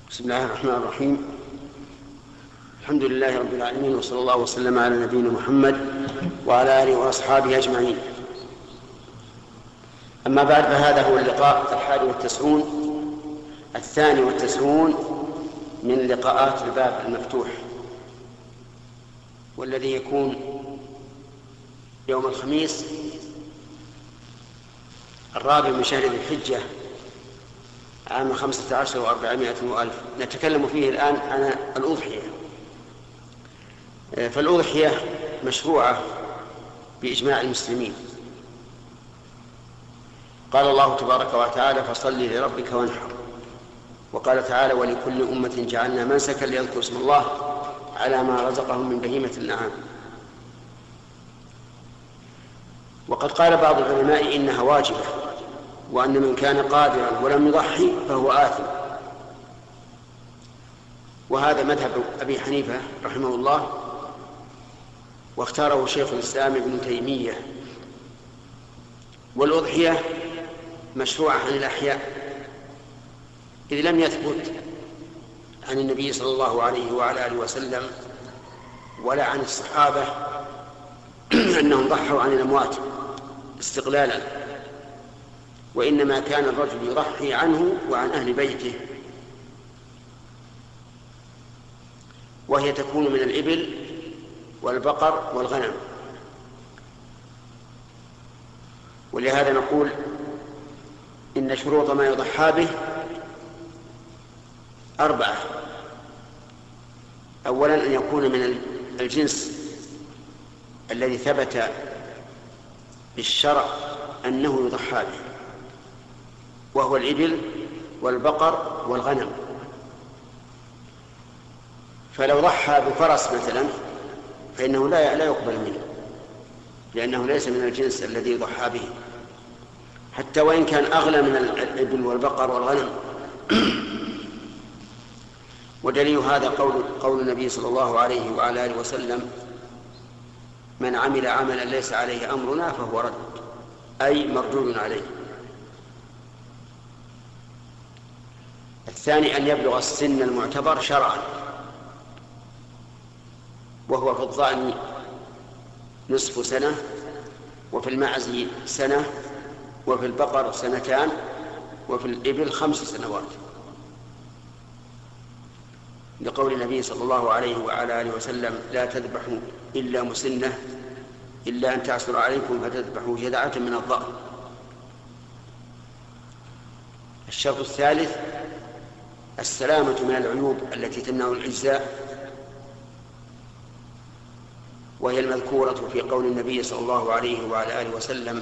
بسم الله الرحمن الرحيم. الحمد لله رب العالمين، وصلى الله وسلم على نبينا محمد وعلى آله وأصحابه أجمعين. أما بعد، فهذا هو اللقاء 91 الثاني والتسعون من لقاءات الباب المفتوح، والذي يكون يوم الخميس 4 من شهر ذي الحجة عام 15 و400 وألف. نتكلم فيه الآن عن الأضحية. فالأضحية مشروعة بإجماع المسلمين. قال الله تبارك وتعالى: فصل لربك وانحر. وقال تعالى: ولكل أمة جعلنا منسكا ليذكروا اسم الله على ما رزقهم من بهيمة الأنعام. وقد قال بعض العلماء إنها واجبة، وأن من كان قادرا ولم يضحي فهو آثم. وهذا مذهب أبي حنيفة رحمه الله، واختاره شيخ الإسلام ابن تيمية. والأضحية مشروعة عن الأحياء، إذ لم يثبت عن النبي صلى الله عليه وعلى آله وسلم ولا عن الصحابة أنهم ضحوا عن الأموات استقلالا، وإنما كان الرجل يضحي عنه وعن أهل بيته، وهي تكون من الإبل والبقر والغنم. ولهذا نقول إن شروط ما يضحى به 4: أولا أن يكون من الجنس الذي ثبت بالشرع أنه يضحى به، وهو الإبل والبقر والغنم. فلو ضحى بفرس مثلا فإنه لا يقبل منه، لأنه ليس من الجنس الذي يضحى به، حتى وإن كان أغلى من الإبل والبقر والغنم. ودليل هذا قول النبي صلى الله عليه وعلى آله وسلم: من عمل عملا ليس عليه أمرنا فهو رد، أي مردود عليه. الثاني أن يبلغ السن المعتبر شرعا، وهو في الضأن 1/2 سنة، وفي المعز 1 سنة، وفي البقر 2 سنين، وفي الإبل 5 سنوات، لقول النبي صلى الله عليه وعلى آله وسلم: لا تذبحوا إلا مسنة، إلا أن تعسر عليكم فتذبحوا جذعة من الضأن. الشرط الثالث السلامة من العيوب التي تمنع الإجزاء، وهي المذكورة في قول النبي صلى الله عليه وعلى آله وسلم: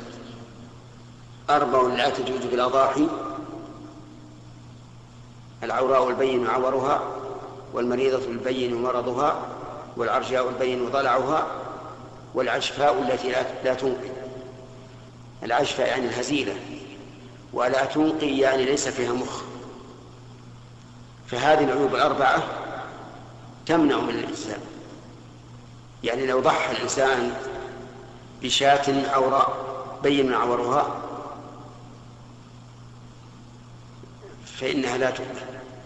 4 لا تجوز بالأضاحي: العوراء البين عورها، والمريضة البين مرضها، والعرجاء البين ضلعها، والعجفاء التي لا تنقي. العجفاء يعني الهزيلة، ولا تنقي يعني ليس فيها مخ. فهذه العيوب 4 تمنع من الإجزاء. يعني لو ضحى الإنسان بشاة عوراء بين عورها فإنها لا تقبل،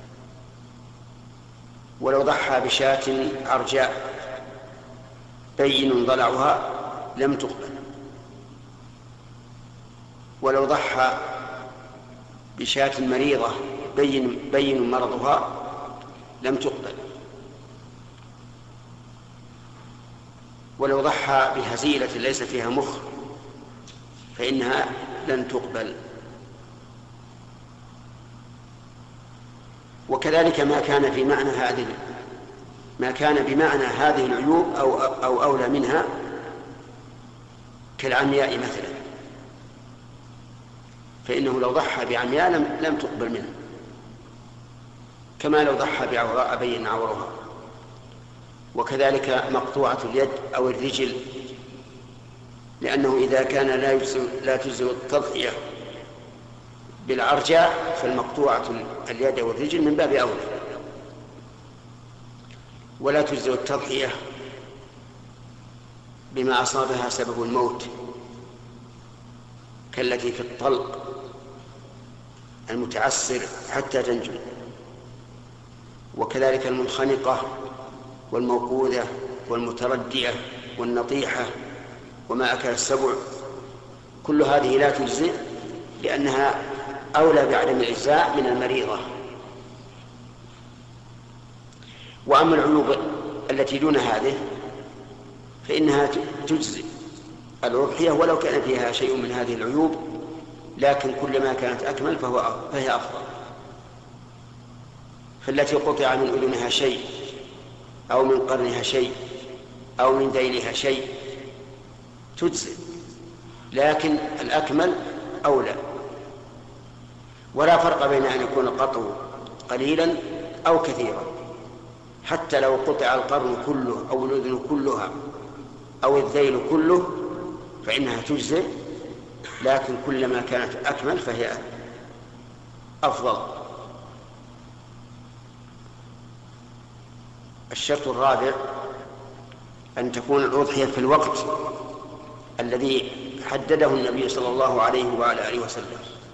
ولو ضحى بشاة عرجاء بين ضلعها لم تقبل، ولو ضحى بشاة مريضة بين مرضها لم تقبل، ولو ضحى بهزيلة ليس فيها مخ فإنها لن تقبل. وكذلك ما كان بمعنى هذه العيوب أو أولى منها، كالعمياء مثلا، فإنه لو ضحى بعمياء لم تقبل منه، كما لو ضحى بعوراء بين عورها. وكذلك مقطوعة اليد أو الرجل، لأنه إذا كان لا تجزئ التضحية بالعرجاء فالمقطوعة اليد أو الرجل من باب أولى. ولا تجزئ التضحية بما أصابها سبب الموت، كالتي في الطلق المتعسر حتى تنجو. وكذلك المنخنقة والموقوذة والمتردية والنطيحة وما أكل السبع، كل هذه لا تجزئ لأنها أولى بعدم الإجزاء من المريضة. وأما العيوب التي دون هذه فإنها تجزئ الأضحية ولو كان فيها شيء من هذه العيوب، لكن كلما كانت أكمل فهي أفضل. فالتي قطع من أذنها شيء أو من قرنها شيء أو من ذيلها شيء تجزئ، لكن الأكمل أولى. ولا فرق بين أن يكون القطع قليلا أو كثيرا، حتى لو قطع القرن كله أو الأذن كلها أو الذيل كله فإنها تجزئ، لكن كلما كانت أكمل فهي أفضل. الشرط الرابع أن تكون الأضحية في الوقت الذي حدده النبي صلى الله عليه وعلى آله وسلم،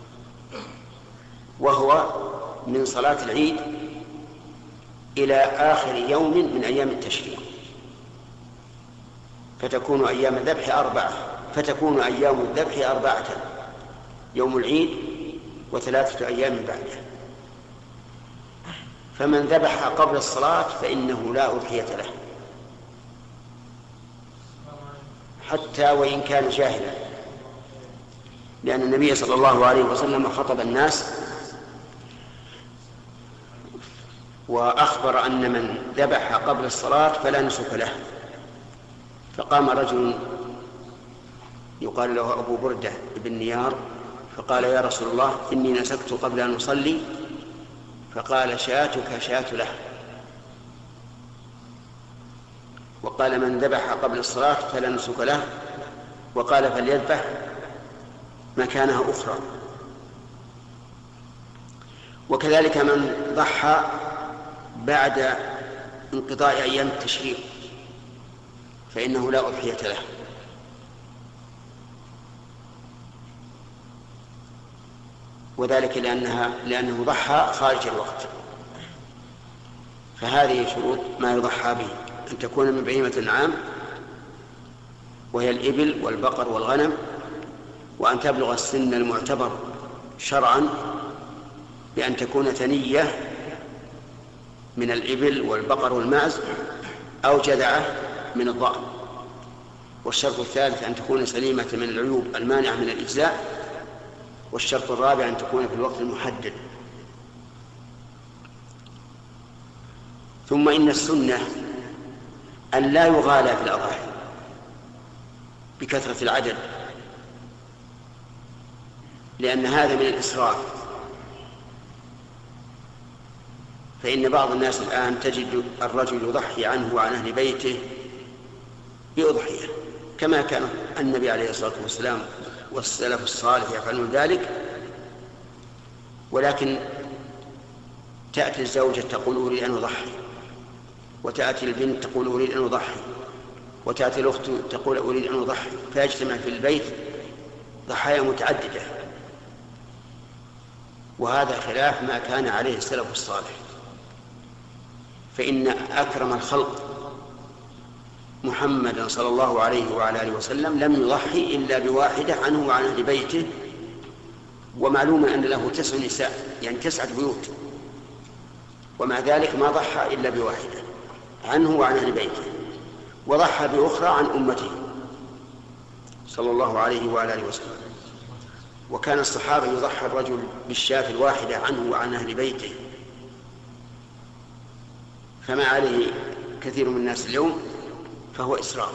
وهو من صلاة العيد إلى آخر يوم من أيام التشريق، فتكون أيام الذبح 4، يوم العيد و3 أيام بعده. فمن ذبح قبل الصلاة فإنه لا أضحية له، حتى وإن كان جاهلا، لأن النبي صلى الله عليه وسلم خطب الناس وأخبر أن من ذبح قبل الصلاة فلا نسك له. فقام رجل يقال له أبو بردة بن نيار فقال: يا رسول الله، إني نسكت قبل أن أصلي. فقال: شاتك شات له. وقال: من ذبح قبل الصلاة فلا نسك له. وقال: فليذبح مكانها أخرى. وكذلك من ضحى بعد انقضاء أيام التشريق فإنه لا أضحية له. وذلك لأنه ضحى خارج الوقت. فهذه شروط ما يضحى به: أن تكون من بهيمة الأنعام وهي الإبل والبقر والغنم، وأن تبلغ السن المعتبر شرعا بأن تكون ثنية من الإبل والبقر والماعز أو جذعة من الضأن. والشرط الثالث أن تكون سليمة من العيوب المانعة من الإجزاء. والشرط الرابع أن تكون في الوقت المحدد. ثم إن السنة أن لا يغالى في الأضاحي بكثرة العدد، لأن هذا من الإسراف. فإن بعض الناس الآن تجد الرجل يضحي عنه وعن أهل بيته بأضحية، كما كان النبي عليه الصلاة والسلام والسلف الصالح يفعلون ذلك. ولكن تأتي الزوجة تقول: أريد أن أضحي، وتأتي البنت تقول: أريد أن أضحي، وتأتي الأخت تقول: أريد أن أضحي، فيجتمع في البيت ضحايا متعددة. وهذا خلاف ما كان عليه السلف الصالح. فإن أكرم الخلق محمد صلى الله عليه وعلى آله وسلم لم يضحي إلا بواحدة عنه وعن أهل بيته. ومعلوم أن له 9 نساء، يعني 9 بيوت، ومع ذلك ما ضحى إلا بواحدة عنه وعن أهل بيته، وضحى بأخرى عن أمته صلى الله عليه وعلى آله وسلم. وكان الصحابة يضحى الرجل بالشاة الواحدة عنه وعن أهل بيته، فما عليه كثير من الناس اليوم فهو إسراف.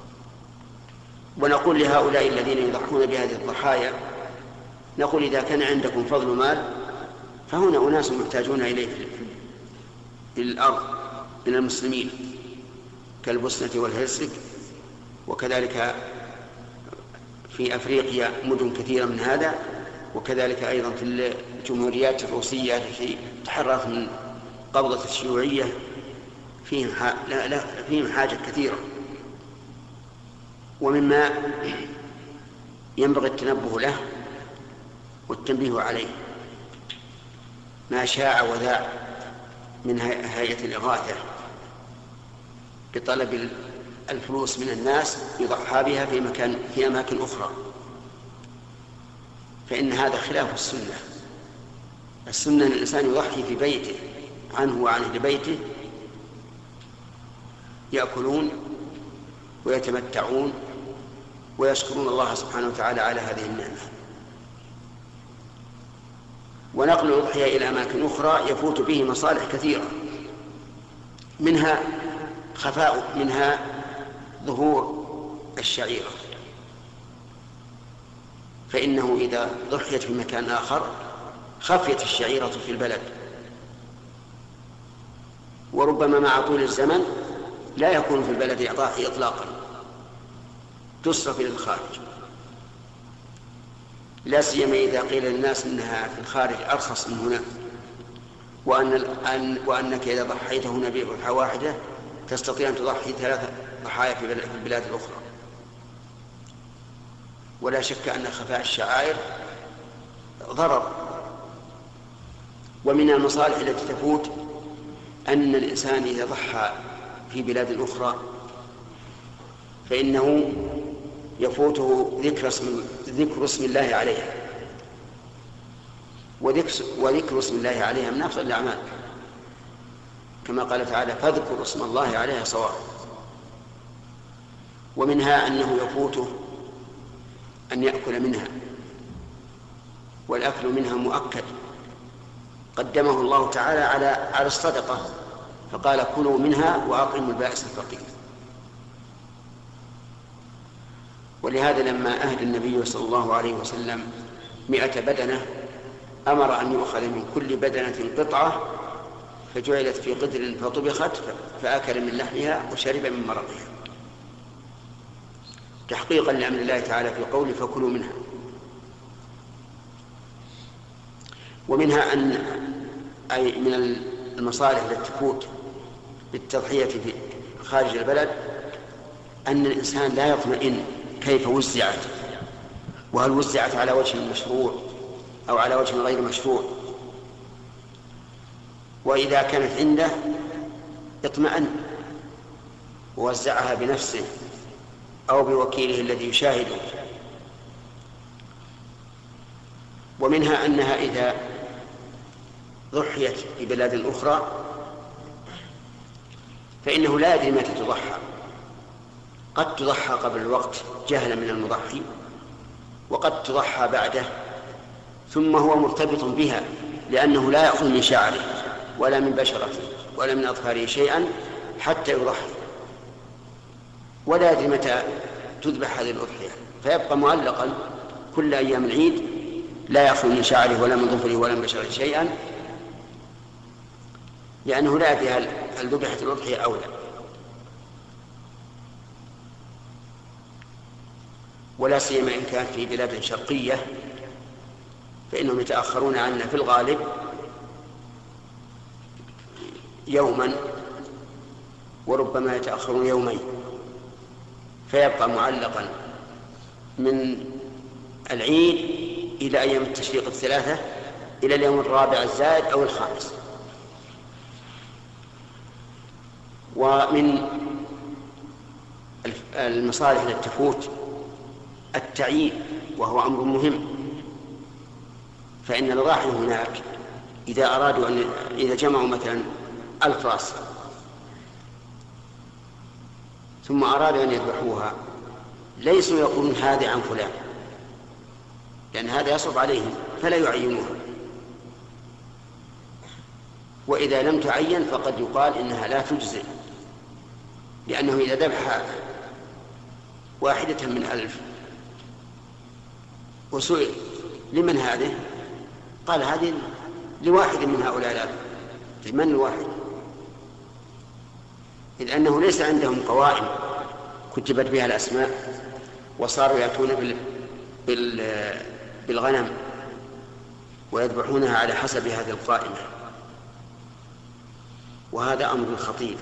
ونقول لهؤلاء الذين يضحون بهذه الضحايا، نقول: إذا كان عندكم فضل مال فهنا أناس محتاجون إليه في الأرض من المسلمين كالبوسنة والهرسك، وكذلك في أفريقيا مدن كثيرة من هذا، وكذلك أيضا في الجمهوريات الروسية التي تحررت من قبضة الشيوعية فيهم حاجة كثيرة. ومما ينبغي التنبه له والتنبيه عليه ما شاع وذاع من هيئة الإغاثة بطلب الفلوس من الناس يضحى بها في أماكن أخرى، فإن هذا خلاف السنة. السنة أن الإنسان يضحي في بيته عنه وعن أهل بيته، يأكلون ويتمتعون ويشكرون الله سبحانه وتعالى على هذه النعمة. ونقل الأضحية إلى أماكن أخرى يفوت به مصالح كثيرة، منها ظهور الشعيرة، فإنه إذا ضحيت في مكان آخر خفيت الشعيرة في البلد، وربما مع طول الزمن لا يكون في البلد إضاحي إطلاقا، تصرف إلى الخارج، لا سيما إذا قيل للناس إنها في الخارج أرخص من هنا، وأنك إذا ضحيت هنا بأضحية واحدة تستطيع أن تضحي 3 ضحايا في البلاد الأخرى. ولا شك أن خفاء الشعائر ضرر. ومن المصالح التي تفوت أن الإنسان إذا ضحى في بلاد أخرى فإنه يفوته ذكر اسم الله عليها، وذكر اسم الله عليها من أفضل الأعمال، كما قال تعالى: فاذكروا اسم الله عليها صواب. ومنها أنه يفوته أن يأكل منها، والأكل منها مؤكد، قدمه الله تعالى على الصدقة، فقال: كلوا منها وأطعموا البائس الفقير. ولهذا لما أهدى النبي صلى الله عليه وسلم 100 بدنة أمر أن يؤخذ من كل بدنة قطعة فجعلت في قدر فطبخت فأكل من لحمها وشرب من مرقها، تحقيقا لأمر الله تعالى في قوله: فكلوا منها. ومنها أي من المصالح التي تفوت بالتضحية في خارج البلد أن الإنسان لا يطمئن كيف وزعت، وهل وزعت على وجه مشروع أو على وجه غير مشروع. وإذا كانت عنده اطمأن ووزعها بنفسه أو بوكيله الذي يشاهده. ومنها أنها إذا ضحيت في بلاد أخرى فإنه لا يدري متى تضحى، قد تضحى قبل الوقت جهلا من المضحي، وقد تضحى بعده، ثم هو مرتبط بها لأنه لا يأخذ من شعره ولا من بشرته ولا من أظفاره شيئا حتى يضحي، ولا يدري متى تذبح هذه الأضحية، فيبقى معلقا كل أيام العيد لا يأخذ من شعره ولا من ظفره ولا من بشرته شيئا، لأنه لا يدري هل ذبحت الأضحية أو لا. ولا سيما إن كان في بلاد شرقية فإنهم يتأخرون عنا في الغالب يوما وربما يتأخرون يومين، فيبقى معلقا من العيد إلى أيام التشريق 3 إلى اليوم الرابع الزائد أو الخامس. ومن المصالح التي تفوت التعيين، وهو أمر مهم، فإن الأضاحي هناك إذا جمعوا مثلا 1000 رأس ثم أرادوا أن يذبحوها ليسوا يقولون هذا عن فلان، لأن هذا يصعب عليهم فلا يعينوها. وإذا لم تعين فقد يقال إنها لا تجزئ، لأنه إذا ذبح واحدة من 1000 وسئل لمن هذه؟ قال هذه لواحد من هؤلاء 1000. من الواحد؟ إذ أنه ليس عندهم قوائم كتبت بها الأسماء وصاروا يأتون بالغنم ويذبحونها على حسب هذه القائمة، وهذا أمر خطير،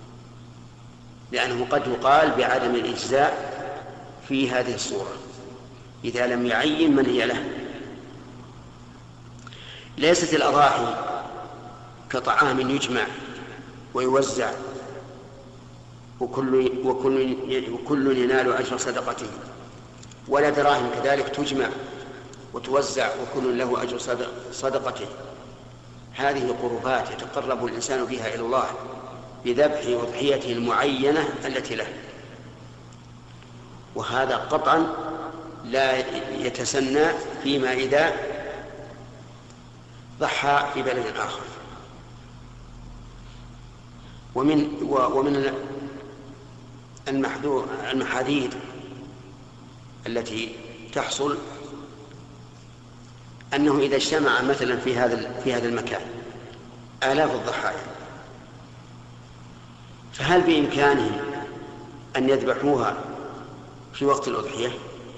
لأنه قد يقال بعدم الإجزاء في هذه الصورة إذا لم يعين من هي له. ليست الأضاحي كطعام يجمع ويوزع وكل ينال أجر صدقته، ولا دراهم كذلك تجمع وتوزع وكل له أجر صدقته. هذه قربات يتقرب الإنسان بها إلى الله بذبح أضحيته المعينة التي له، وهذا قطعا لا يتسنى فيما إذا ضحى في بلد آخر. ومن المحاذير التي تحصل أنه إذا اجتمع مثلا في هذا المكان آلاف الضحايا، فهل بإمكانهم أن يذبحوها في وقت الأضحية؟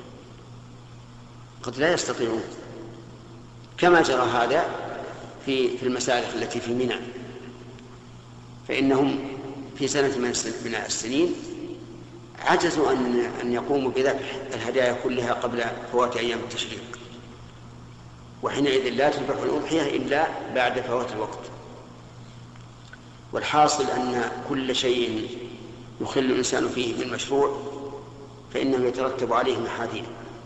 قد لا يستطيعون، كما جرى هذا في المسالخ التي في منى، فإنهم في سنة من السنين عجزوا أن يقوموا بذبح الهدايا كلها قبل فوات أيام التشريق، وحينئذ لا تذبح الأضحية إلا بعد فوات الوقت. والحاصل أن كل شيء يخل الإنسان فيه بالمشروع فإنه يترتب عليه محاذير.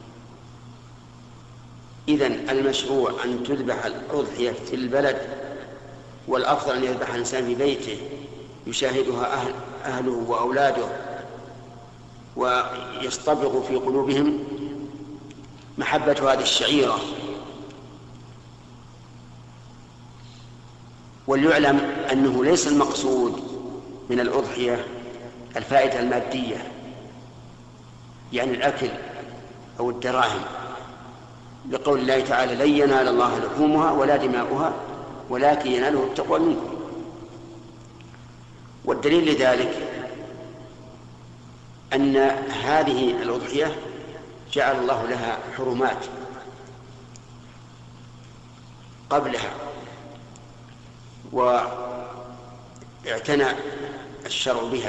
إذن المشروع أن تذبح الأضحية في البلد، والأفضل أن يذبح الإنسان في بيته يشاهدها أهله وأولاده ويصطبغ في قلوبهم محبة هذه الشعيرة. وليعلم أنه ليس المقصود من الأضحية الفائدة المادية، يعني الأكل أو الدراهم، لقول الله تعالى: لن ينال الله لحومها ولا دماؤها ولكن يناله التقوى منكم. والدليل لذلك أن هذه الأضحية جعل الله لها حرمات قبلها، واعتنى الشرع بها.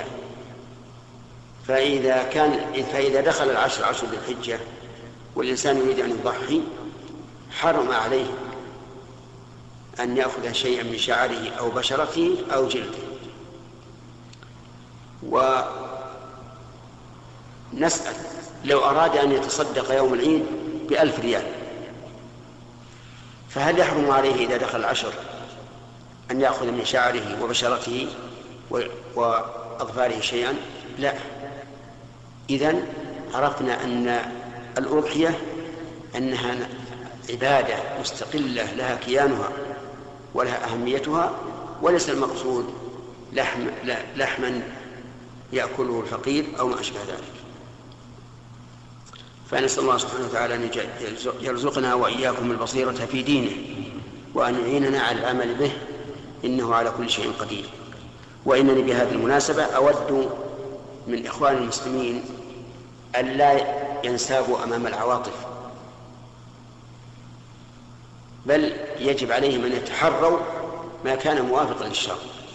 فإذا دخل عشر ذي الحجة والإنسان يريد أن يضحي، حرم عليه أن يأخذ شيئا من شعره أو بشرته أو جلده. ونسأل: لو أراد أن يتصدق يوم العيد ب1,000 ريال، فهل يحرم عليه إذا دخل العشر أن يأخذ من شعره وبشرته وأظفاره شيئا؟ لا. إذن عرفنا أن الأضحية أنها عبادة مستقلة لها كيانها ولها أهميتها، وليس المقصود لحما يأكله الفقير أو ما أشبه ذلك. فنسأل الله سبحانه وتعالى أن يرزقنا وإياكم البصيرة في دينه، وأن يعيننا على العمل به، إنه على كل شيء قدير. وإنني بهذه المناسبة أود من إخوان المسلمين أن لا ينسابوا أمام العواطف، بل يجب عليهم أن يتحروا ما كان موافقا للشرع.